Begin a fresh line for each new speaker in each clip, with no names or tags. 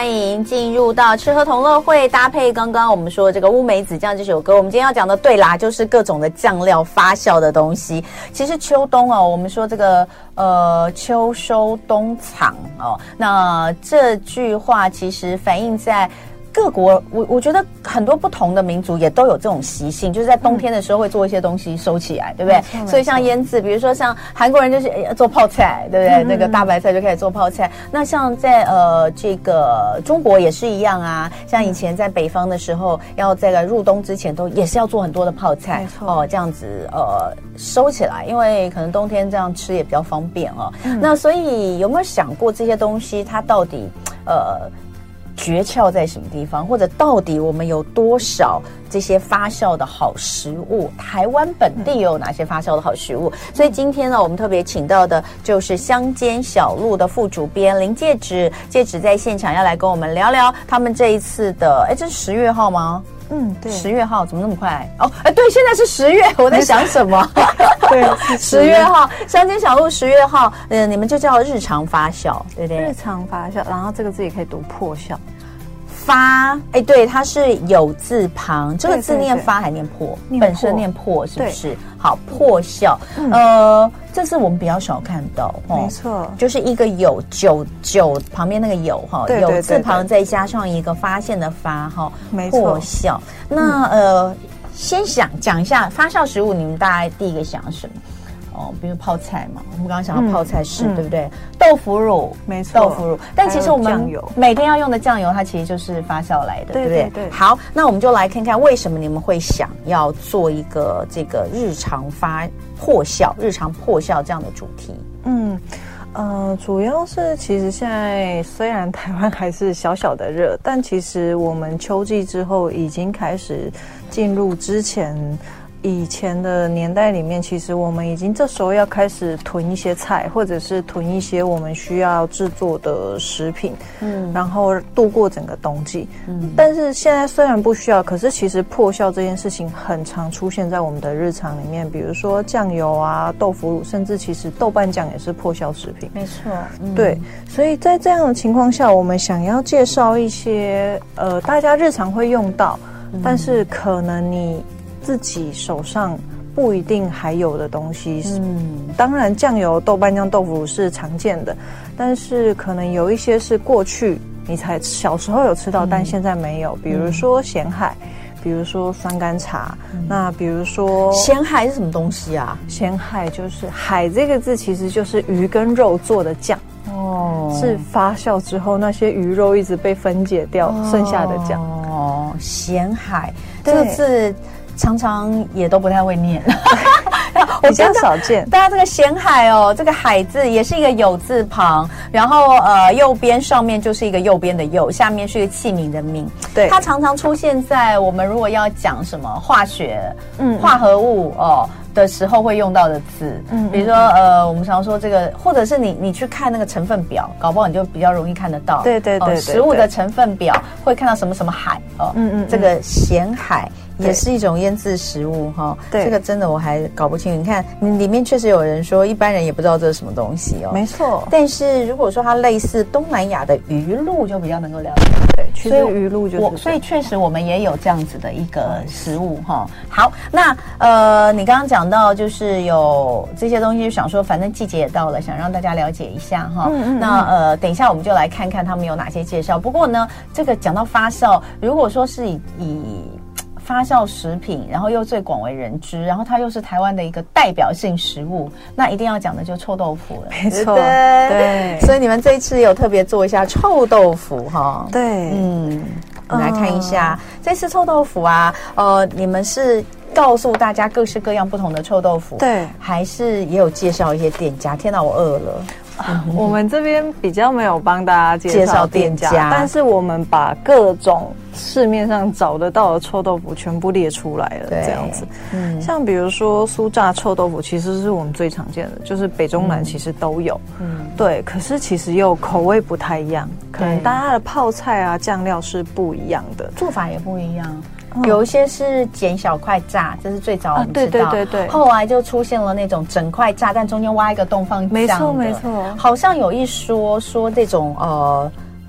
欢迎进入到吃喝同乐会，搭配刚刚我们说这个乌梅子酱这首歌。我们今天要讲的对啦，就是各种的酱料发酵的东西。其实秋冬哦，我们说这个秋收冬藏哦，那这句话其实反映在各国，我觉得很多不同的民族也都有这种习性，就是在冬天的时候会做一些东西收起来，对不对？所以像腌制，比如说像韩国人就是做泡菜，对不对？那个大白菜就开始做泡菜。那像在这个中国也是一样啊，像以前在北方的时候，要在入冬之前都也是要做很多的泡菜哦，这样子收起来，因为可能冬天这样吃也比较方便哦。那所以有没有想过这些东西它到底诀窍在什么地方，或者到底我们有多少这些发酵的好食物？台湾本地有哪些发酵的好食物？所以今天呢，我们特别请到的就是乡间小路的副主编林介质，介质在现场要来跟我们聊聊他们这一次的，这是10月号吗？对，10月号怎么那么快？对，现在是10月，我在想什么？
对
，10月号，乡间小路10月号，你们就叫日常发酵，对不对？
日常发酵，然后这个字也可以读破酵。
发，对，它是有字旁，这个字念发还念破？本身念破，是不是？好，破酵，这是我们比较少看到，
没错，
就是一个有酒旁边那个有哈，有字旁再加上一个发现的发哈，破酵。那先讲一下发酵食物，你们大概第一个想什么？比如泡菜嘛，我们刚刚想到泡菜是对不对？豆腐乳，
没错，
豆腐乳。但其实我们每天要用的酱油，它其实就是发酵来的，对不对？对。好，那我们就来看看为什么你们会想要做一个这个日常破酵这样的主题。
主要是其实现在虽然台湾还是小小的热，但其实我们秋季之后已经开始进入以前的年代里面，其实我们已经这时候要开始囤一些菜，或者是囤一些我们需要制作的食品，然后度过整个冬季。但是现在虽然不需要，可是其实破酵这件事情很常出现在我们的日常里面，比如说酱油啊、豆腐乳，甚至其实豆瓣酱也是破酵食品。
没错，
对，所以在这样的情况下，我们想要介绍一些大家日常会用到，但是可能你自己手上不一定还有的东西。当然酱油、豆瓣酱、豆腐乳是常见的，但是可能有一些是过去你才小时候有吃到，但现在没有，比如说咸海，比如说酸甘茶，那比如说
咸海是什么东西啊？
咸海就是海这个字其实就是鱼跟肉做的酱，是发酵之后那些鱼肉一直被分解掉剩下的酱。
咸海这个字常常也都不太会念，
比较少见。
大家这个咸海这个海字也是一个有字旁，然后右边上面就是一个右边的右，下面是一个器皿的皿。对，它常常出现在我们如果要讲什么化学、化合物的时候会用到的字。比如说我们常说这个，或者是你去看那个成分表，搞不好你就比较容易看得到。对，食物的成分表会看到什么什么海这个咸海也是一种腌制食物哈。这个真的我还搞不清楚。你看里面确实有人说一般人也不知道这是什么东西
没错。
但是如果说它类似东南亚的鱼露，就比较能够了解。
对，其实鱼露就是
所以确实我们也有这样子的一个食物哈。好，那你刚刚讲到就是有这些东西，想说反正季节也到了，想让大家了解一下哈。那等一下我们就来看看他们有哪些介绍。不过呢，这个讲到发酵，如果说是以发酵食品，然后又最广为人知，然后它又是台湾的一个代表性食物，那一定要讲的就臭豆腐了。
没错，对。
所以你们这一次有特别做一下臭豆腐哈。
对，
我们来看一下这次臭豆腐啊，你们是告诉大家各式各样不同的臭豆腐，对，还是也有介绍一些店家？天哪，我饿了。
我们这边比较没有帮大家介绍店家，但是我们把各种市面上找得到的臭豆腐全部列出来了，这样子。像比如说酥炸臭豆腐，其实是我们最常见的，就是北中南其实都有。对，可是其实又口味不太一样，可能大家的泡菜啊酱料是不一样的，
做法也不一样。有一些是剪小块炸，这是最早我们知道。对。后来就出现了那种整块炸，但中间挖一个洞放酱的。没错。好像有一说这种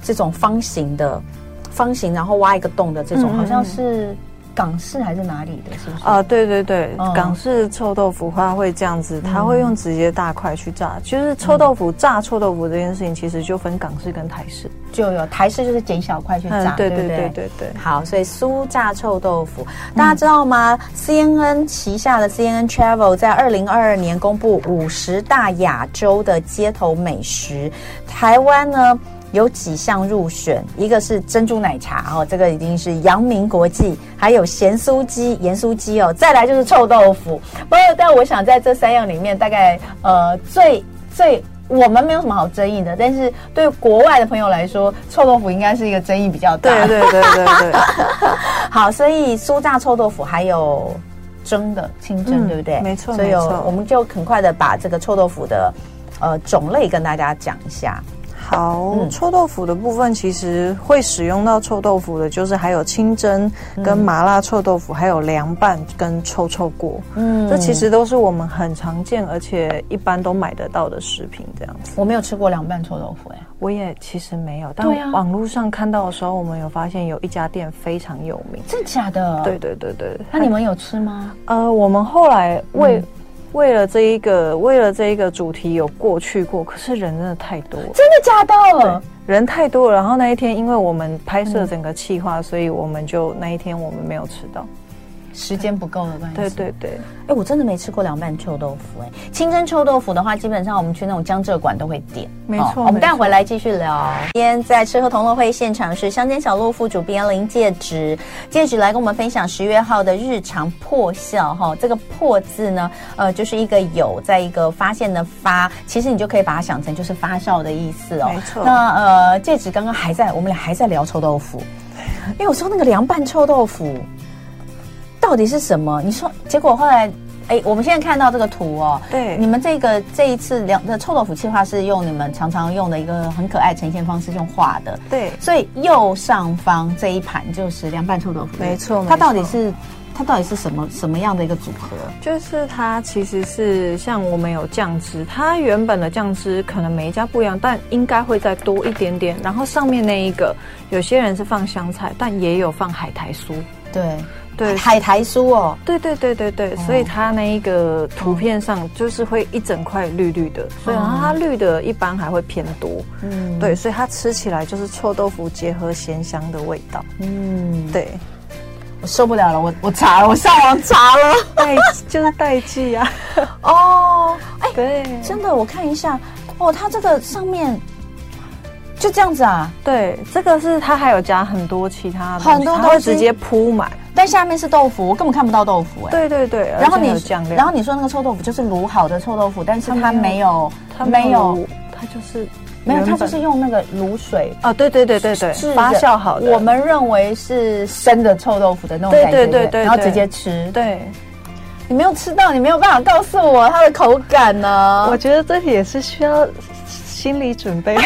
这种方形，然后挖一个洞的这种，好像是港式还是哪里的，是不是？
对对对，港式臭豆腐它会这样子，它会用直接大块去炸。就是臭豆腐炸臭豆腐这件事情，其实就分港式跟台式，
就有台式就是剪小块去炸，
对
对不对？
对对对对。
好，所以酥炸臭豆腐，大家知道吗？CNN 旗下的 CNN Travel 在2022年公布50大亚洲的街头美食，台湾呢有几项入选，一个是珍珠奶茶这个已经是扬名国际，还有咸酥鸡再来就是臭豆腐。不过，但我想在这3样里面，大概最我们没有什么好争议的，但是对国外的朋友来说，臭豆腐应该是一个争议比较大。
对对对对对。
好，所以酥炸臭豆腐还有蒸的清蒸，对不对？
没错，
所以我们就很快的把这个臭豆腐的种类跟大家讲一下。
好，臭豆腐的部分其实会使用到臭豆腐的，就是还有清蒸跟麻辣臭豆腐，还有凉拌跟臭锅。这其实都是我们很常见，而且一般都买得到的食品。这样子，
我没有吃过凉拌臭豆腐，
我也其实没有，但网络上看到的时候，我们有发现有一家店非常有名。
真的假的？
对对对对。
那你们有吃吗？
我们后来为了这一个主题有过，可是人真的太多了。
真的假的？
人太多了。然后那一天，因为我们拍摄整个企划，所以我们就那一天我们没有吃到。
时间不够的关系。
对对对。
我真的没吃过凉拌臭豆腐。清蒸臭豆腐的话，基本上我们去那种江浙馆都会点。
没错。
我们待会回来继续聊。今天在吃喝同乐会现场是乡间小路副主编林戒指来跟我们分享10月号的日常破笑这个破字呢，就是一个有在一个发现的发，其实你就可以把它想成就是发酵的意思
没错。
那戒指刚刚我们俩还在聊臭豆腐，因为我说那个凉拌臭豆腐到底是什么？你说，结果后来，我们现在看到这个图
对，
你们这一次的臭豆腐企划是用你们常常用的一个很可爱呈现方式，用画的，
对，
所以右上方这一盘就是凉拌臭豆腐，
没错，
它到底是什么样的一个组合？
就是它其实是像我们有酱汁，它原本的酱汁可能每一家不一样，但应该会再多一点点。然后上面那一个，有些人是放香菜，但也有放海苔酥。对，
海苔酥
对对对对对，所以它那一个图片上就是会一整块绿绿的，所以它绿的一般还会偏多。对，所以它吃起来就是臭豆腐结合咸香的味道。对。
我受不了了，我查了，我上网查了，
就是代剂啊。
对，真的，我看一下，它这个上面就这样子啊。
对，这个是它还有加很多其他的
很多东西，
它会直接铺满，
但下面是豆腐，我根本看不到豆腐。
对对对，
然后你说那个臭豆腐就是卤好的臭豆腐，但是它没有，它
就是。
没有，它就是用那个卤水
对对对对对，发酵好的。
我们认为是生的臭豆腐的那种感觉，对对对，然后直接吃。
对，
你没有吃到，你没有办法告诉我它的口感呢。
我觉得这也是需要心理准备。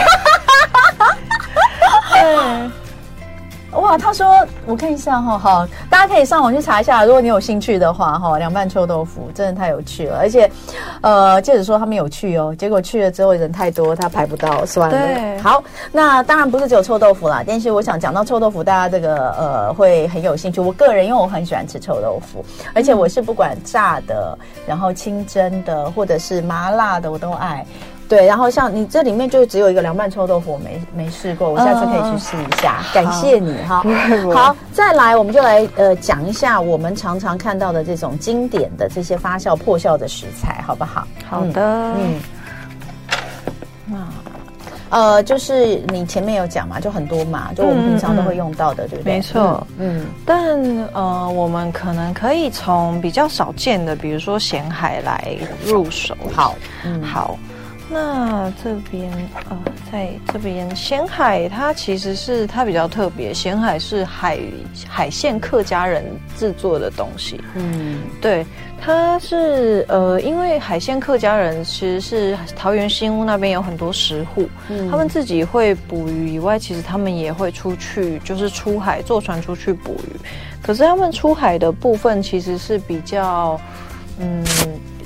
对。哇，他说我看一下好，大家可以上网去查一下，如果你有兴趣的话凉拌臭豆腐真的太有趣了，而且戒指说他们有去结果去了之后人太多，他排不到，算了。
对，
好，那当然不是只有臭豆腐啦，但是我想讲到臭豆腐，大家这个会很有兴趣。我个人因为我很喜欢吃臭豆腐，而且我是不管炸的，然后清蒸的，或者是麻辣的我都爱。对，然后像你这里面就只有一个凉拌臭豆腐，我没试过，我下次可以去试一下。感谢你哈。好，再来我们就来讲一下我们常常看到的这种经典的这些发酵破酵的食材，好不好？
好的。
就是你前面有讲嘛，就很多嘛，就我们平常都会用到的，对不对？
没错。但我们可能可以从比较少见的，比如说咸海来入手。
好。
那这边在这边咸海，它其实它比较特别，咸海是海线客家人制作的东西。对，它是因为海线客家人其实是桃园新屋那边有很多石户，他们自己会捕鱼以外，其实他们也会出去，就是出海坐船出去捕鱼。可是他们出海的部分其实是比较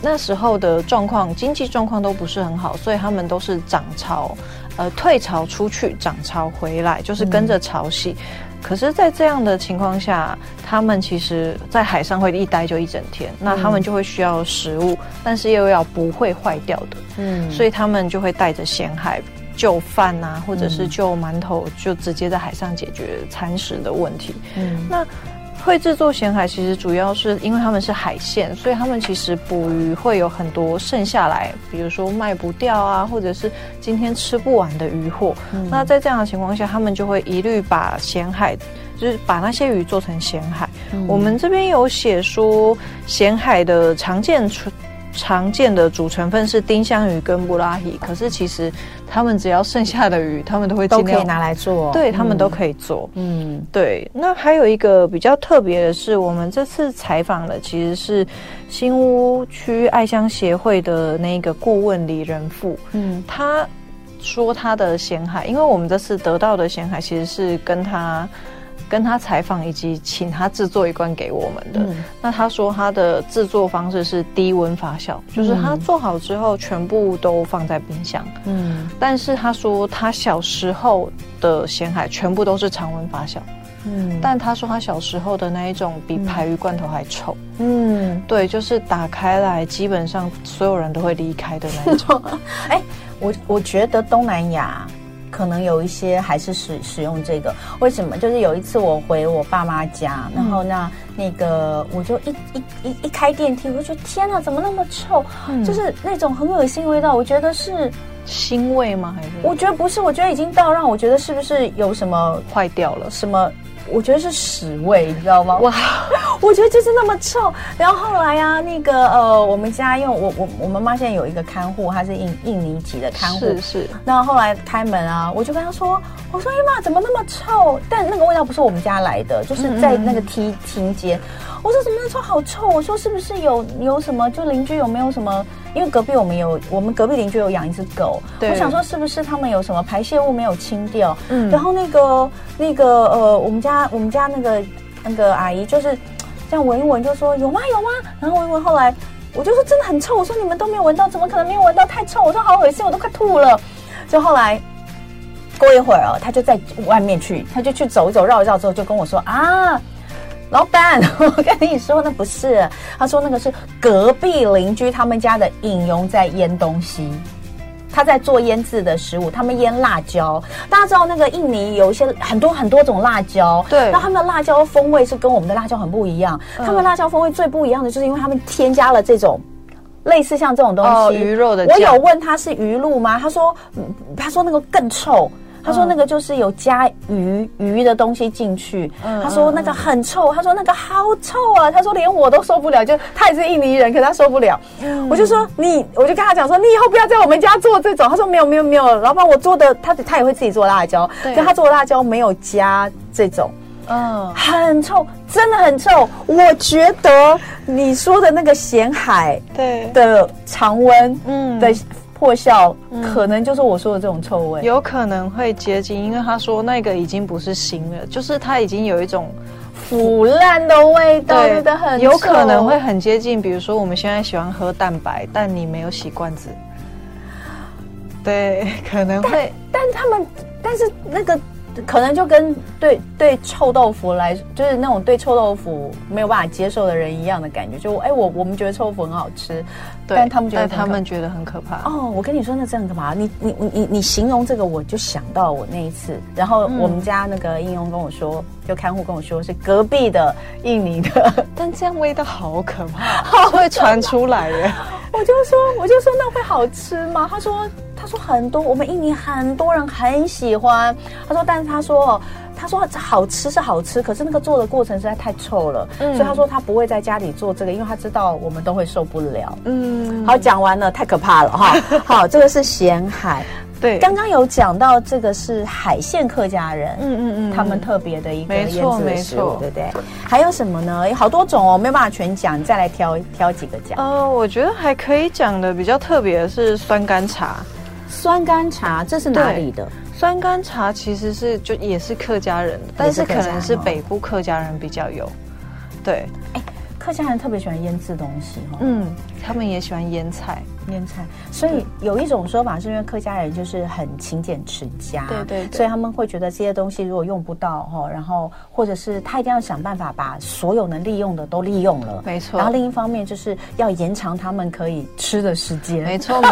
那时候的状况，经济状况都不是很好，所以他们都是涨潮，退潮出去，涨潮回来，就是跟着潮汐。可是，在这样的情况下，他们其实在海上会一待就一整天，那他们就会需要食物，但是又要不会坏掉的，所以他们就会带着咸海就饭啊，或者是就馒头，就直接在海上解决餐食的问题。那会制作咸海，其实主要是因为他们是海鲜，所以他们其实捕鱼会有很多剩下来，比如说卖不掉啊，或者是今天吃不完的渔获。那在这样的情况下，他们就会一律把咸海，就是把那些鱼做成咸海。我们这边有写说，咸海的常见的主成分是丁香鱼跟布拉鱼，可是其实他们只要剩下的鱼，他们都会尽量
都可以拿来做，
对，他们都可以做。对。那还有一个比较特别的是，我们这次采访的其实是新屋区爱乡协会的那个顾问李仁富，他说他的咸海，因为我们这次得到的咸海其实是跟他采访以及请他制作一罐给我们的。那他说他的制作方式是低温发酵，就是他做好之后全部都放在冰箱。但是他说他小时候的咸海全部都是常温发酵。但他说他小时候的那一种比排鱼罐头还臭。对，就是打开来基本上所有人都会离开的那一种。
我觉得东南亚可能有一些还是使用这个，为什么？就是有一次我回我爸妈家，然后那个我就一开电梯，我就觉得天哪，怎么那么臭？就是那种很恶心的味道。我觉得是
腥味吗？还是？我
觉得不是，我觉得已经到让我觉得是不是有什么
坏掉了？
什么？我觉得是屎味，你知道吗？哇，我觉得就是那么臭。然后后来啊，那个我们家因为我妈妈现在有一个看护，她是印尼籍的看护，
是。
那后来开门啊，我就跟她说，我说哎妈，怎么那么臭？但那个味道不是我们家来的，就是在那个梯间。我说怎么那臭好臭？我说是不是有什么？就邻居有没有什么？因为隔壁我们隔壁邻居有养一只狗，我想说是不是他们有什么排泄物没有清掉？然后那个我们家那个阿姨就是这样闻一闻就说有吗？然后闻一闻，后来我就说真的很臭，我说你们都没有闻到，怎么可能没有闻到？太臭！我说好恶心，我都快吐了。就后来过一会儿他就在外面他就去走一走，绕一绕之后就跟我说啊。老板，我跟你说那不是，他说那个是隔壁邻居他们家的印佣在腌东西，他在做腌制的食物，他们腌辣椒。大家知道那个印尼有一些很多种辣椒，
对，
那他们的辣椒风味是跟我们的辣椒很不一样。他们辣椒风味最不一样的就是因为他们添加了这种类似像这种东西，
鱼肉的。
我有问他是鱼露吗？他说那个更臭。他说那个就是有加鱼的东西进去，他说那个很臭，他说那个好臭啊，他说连我都受不了，就他也是印尼人，可是他受不了。我就说我就跟他讲说，你以后不要在我们家做这种。他说没有，老板我做的他也会自己做辣椒，但他做的辣椒没有加这种。很臭，真的很臭。我觉得你说的那个咸海的常温的破效，可能就是我说的这种臭味，
有可能会接近，因为他说那个已经不是腥了，就是它已经有一种
腐烂的味道，对的很臭，
有可能会很接近。比如说我们现在喜欢喝蛋白，但你没有洗罐子，对，可能会。
但是那个可能就跟对臭豆腐来，就是那种对臭豆腐没有办法接受的人一样的感觉，就我们觉得臭豆腐很好吃，但他们觉得很可怕。我跟你说那真的干嘛？你形容这个，我就想到我那一次，然后我们家那个应用跟我说，就看护跟我说是隔壁的印尼的，
但这样味道好可怕，会传出来耶。
我就说那会好吃吗？他说很多，我们印尼很多人很喜欢。他说，但是他说好吃是好吃，可是那个做的过程实在太臭了，所以他说他不会在家里做这个，因为他知道我们都会受不了。好，讲完了，太可怕了哈。好，这个是咸海。对，刚刚有讲到这个是海线客家人，他们特别的一个腌制的食物，对不对？还有什么呢？有好多种哦，没有办法全讲，你再来挑几个讲。
我觉得还可以讲的比较特别的是酸甘茶。
酸甘茶这是哪里的？
酸甘茶其实是也是客家人的，但是可能是北部客家人比较有。对，
客家人特别喜欢腌制东西哈。
他们也喜欢腌菜。
所以有一种说法是因为客家人就是很勤俭持家，
对，
所以他们会觉得这些东西如果用不到哈，然后或者是他一定要想办法把所有能利用的都利用了，
没错。
然后另一方面就是要延长他们可以吃的时间，
没错。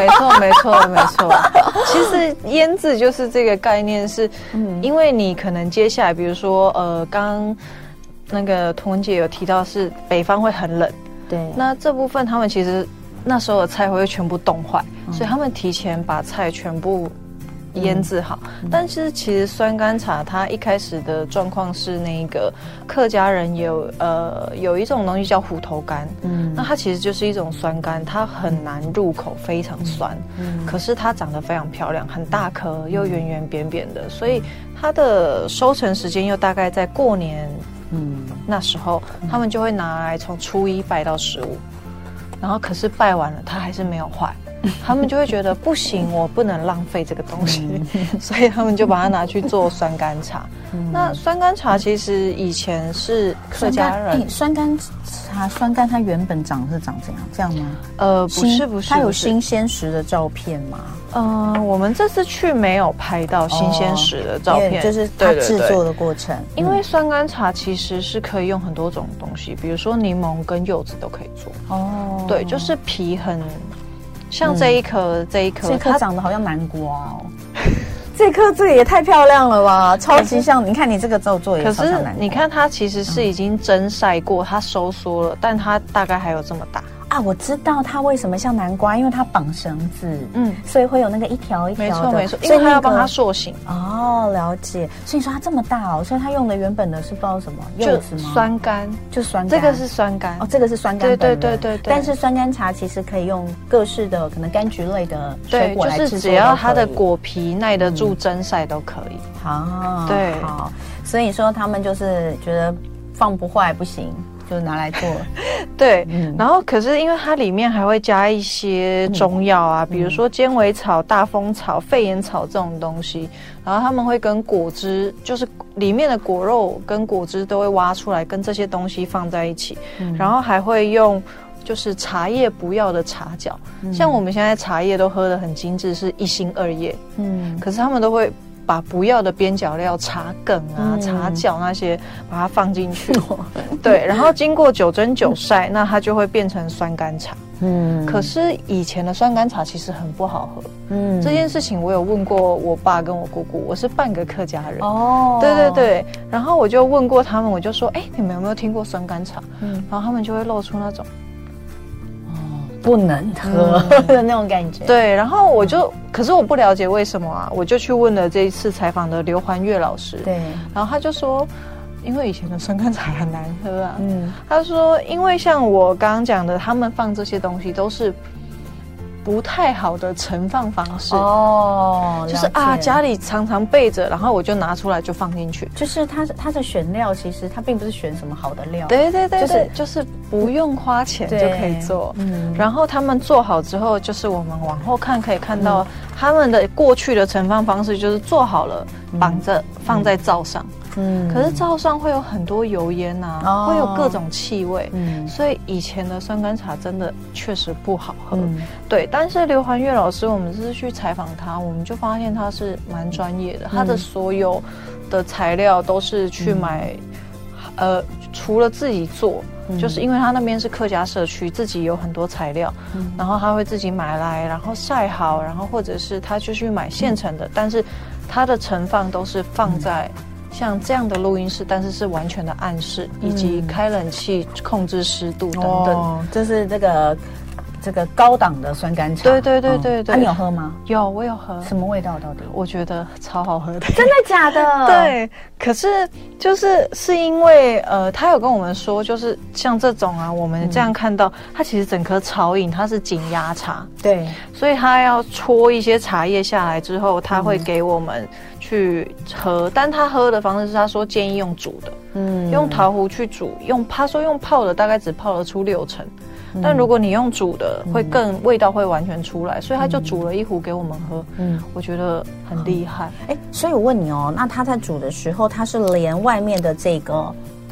其实腌制就是这个概念是，因为你可能接下来比如说刚那个童文姐有提到是北方会很冷，
对，
那这部分他们其实那时候的菜会全部冻坏，所以他们提前把菜全部腌制好。但是其实酸甘茶它一开始的状况是那个客家人有一种东西叫虎头柑，那它其实就是一种酸柑，它很难入口，非常酸，可是它长得非常漂亮，很大颗又圆圆扁扁的，所以它的收成时间又大概在过年那时候，他们就会拿来从初1拜到15。然后可是拜完了它还是没有坏，他们就会觉得不行，我不能浪费这个东西，所以他们就把它拿去做酸甘茶。那酸甘茶其实以前是客家人，
酸甘它原本长怎样？这样吗？
不是，
它有新鲜时的照片吗？
我们这次去没有拍到新鲜时的照片，
就是它制作的过程。
因为酸甘茶其实是可以用很多种东西，比如说柠檬跟柚子都可以做。对，就是皮很像这一颗
它长得好像南瓜哦。这个也太漂亮了吧，超级像。你看你这个做也超像南瓜。可是
你看它其实是已经蒸晒过，它收缩了，但它大概还有这么大。
我知道它为什么像南瓜，因为它绑绳子，所以会有那个一条一条的，
没错，因为它要帮它塑形。
了解。所以你说它这么大哦，所以它用的原本的是不知道什么柚子吗？
酸甘，
就酸甘，
这个是酸甘
这个是酸甘本人。
对。
但是酸甘茶其实可以用各式的可能柑橘类的水果来制作，
就是只要它的果皮耐得住蒸晒都可以。对，
好。所以说他们就是觉得放不坏不行，就拿来做。
对，然后可是因为它里面还会加一些中药啊，比如说尖尾草、大风草、肺炎草这种东西，然后他们会跟果汁，就是里面的果肉跟果汁都会挖出来，跟这些东西放在一起，然后还会用就是茶叶不要的茶角，像我们现在茶叶都喝得很精致，是1心2叶，可是他们都会把不要的边角料、茶梗啊、茶角那些，把它放进去。对，然后经过9蒸9晒，那它就会变成酸甘茶。可是以前的酸甘茶其实很不好喝。这件事情我有问过我爸跟我姑姑，我是半个客家人。对。然后我就问过他们，我就说，你们有没有听过酸甘茶？然后他们就会露出那种。
不能喝的那种感觉。
对，然后可是我不了解为什么啊，我就去问了这一次采访的刘环月老师。
对，
然后他就说，因为以前的酸甘茶很难喝啊。他说，因为像我刚刚讲的，他们放这些东西都是不太好的盛放方式就是家里常常备着，然后我就拿出来就放进去。
就是它的选料，其实它并不是选什么好的料。
对，就是不用花钱就可以做。然后他们做好之后，就是我们往后看可以看到他们的过去的盛放方式，就是做好了绑着放在灶上。可是灶上会有很多油烟啊，会有各种气味，所以以前的酸甘茶真的确实不好喝。对，但是刘环月老师，我们是去采访他，我们就发现他是蛮专业的，他的所有的材料都是去买，除了自己做，就是因为他那边是客家社区，自己有很多材料，然后他会自己买来，然后晒好，然后或者是他就去买现成的，但是他的盛放都是放在像这样的录音室，但是是完全的暗室，以及开冷气控制湿度等等。
就是这个高档的酸甘茶。
对。
你有喝吗？
有，我有喝。
什么味道到底？
我觉得超好喝的。
真的假的？
对，可是是因为他有跟我们说，就是像这种啊，我们这样看到，它其实整颗茶饮它是紧压茶，
对，
所以他要搓一些茶叶下来之后，他会给我们去喝，但他喝的方式是他说建议用煮的，用陶壶去煮，他说用泡的大概只泡得出60%。但如果你用煮的，会味道会完全出来，所以他就煮了1壶给我们喝。我觉得很厉害。
所以我问你哦，那他在煮的时候，他是连外面的这个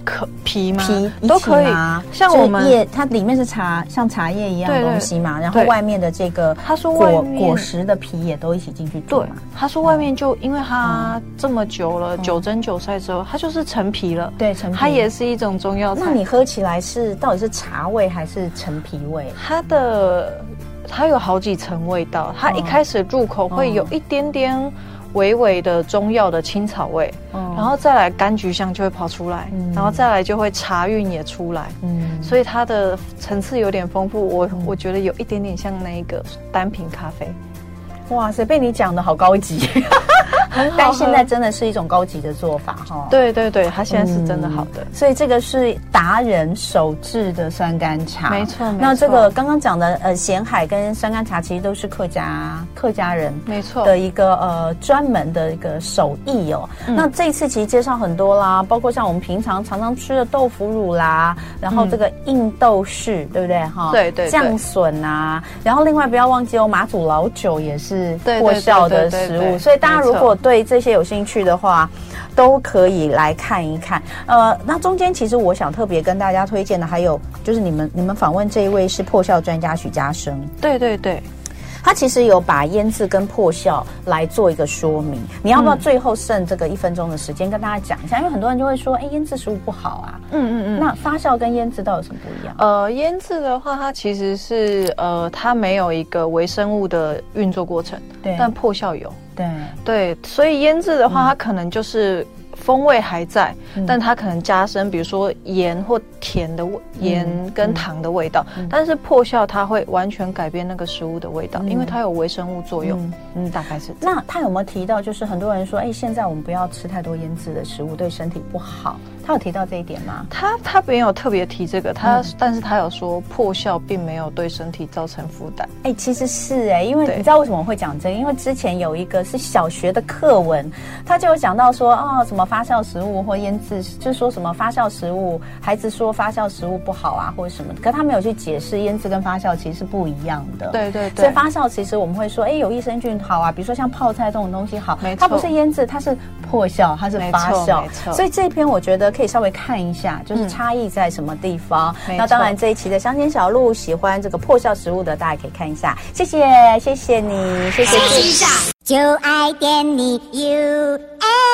皮吗？
皮
都可以。像我们
叶，它里面是像茶叶一样的东西嘛，然后外面的这个
他说
果实的皮也都一起进去做嘛。
他说外面就因为它这么久了，9蒸9晒之后，它就是陈皮了。
对，陈皮
它也是一种中药材。
那你喝起来到底是茶味还是陈皮味？
它有好几层味道，它一开始入口会有一点点微微的中药的青草味，然后再来柑橘香就会跑出来，然后再来就会茶韵也出来，所以它的层次有点丰富。我觉得有一点点像那个单品咖啡。
哇塞，被你讲的好高级。但现在真的是一种高级的做法哈。
对对对，它现在是真的好的。
所以这个是达人手制的酸甘茶，
没错。
那这个刚刚讲的咸海跟酸甘茶，其实都是客家人
没错
的一个专门的一个手艺哦。那这一次其实介绍很多啦，包括像我们平常常吃的豆腐乳啦，然后这个硬豆豉，对不对哈？
对对。
酱笋啊，然后另外不要忘记哦，马祖老酒也是破效的食物，所以大家如果对这些有兴趣的话，都可以来看一看。那中间其实我想特别跟大家推荐的，还有就是你们访问这一位是破效专家许家生。
对对对。
他其实有把腌制跟破效来做一个说明，你要不要最后剩这个1分钟的时间跟大家讲一下？因为很多人就会说，腌制食物不好啊。那发酵跟腌制到底有什么不一样？
腌制的话，它其实是它没有一个微生物的运作过程，
对，
但破效有。
对，
所以腌制的话，它可能就是风味还在，但它可能加深，比如说盐或甜的盐跟糖的味道。但是破效它会完全改变那个食物的味道，因为它有微生物作用。大概是。
那他有没有提到，就是很多人说，现在我们不要吃太多腌制的食物，对身体不好？他有提到这一点吗？
他没有特别提这个，但是他有说破效并没有对身体造成负担。
其实是因为你知道为什么会讲这个？因为之前有一个是小学的课文，他就有讲到说什么发酵食物或腌制，就是说什么发酵食物，孩子说发酵食物不好啊，或者什么的，可他没有去解释腌制跟发酵其实是不一样的。
对对对。
所以发酵其实我们会说，有益生菌好啊，比如说像泡菜这种东西好，它不是腌制，它是破效，它是发酵。没错。所以这一篇我觉得可以稍微看一下，就是差异在什么地方。那当然这一期的乡间小路，喜欢这个破效食物的，大家可以看一下。谢谢你，谢谢。就爱点你 UFO。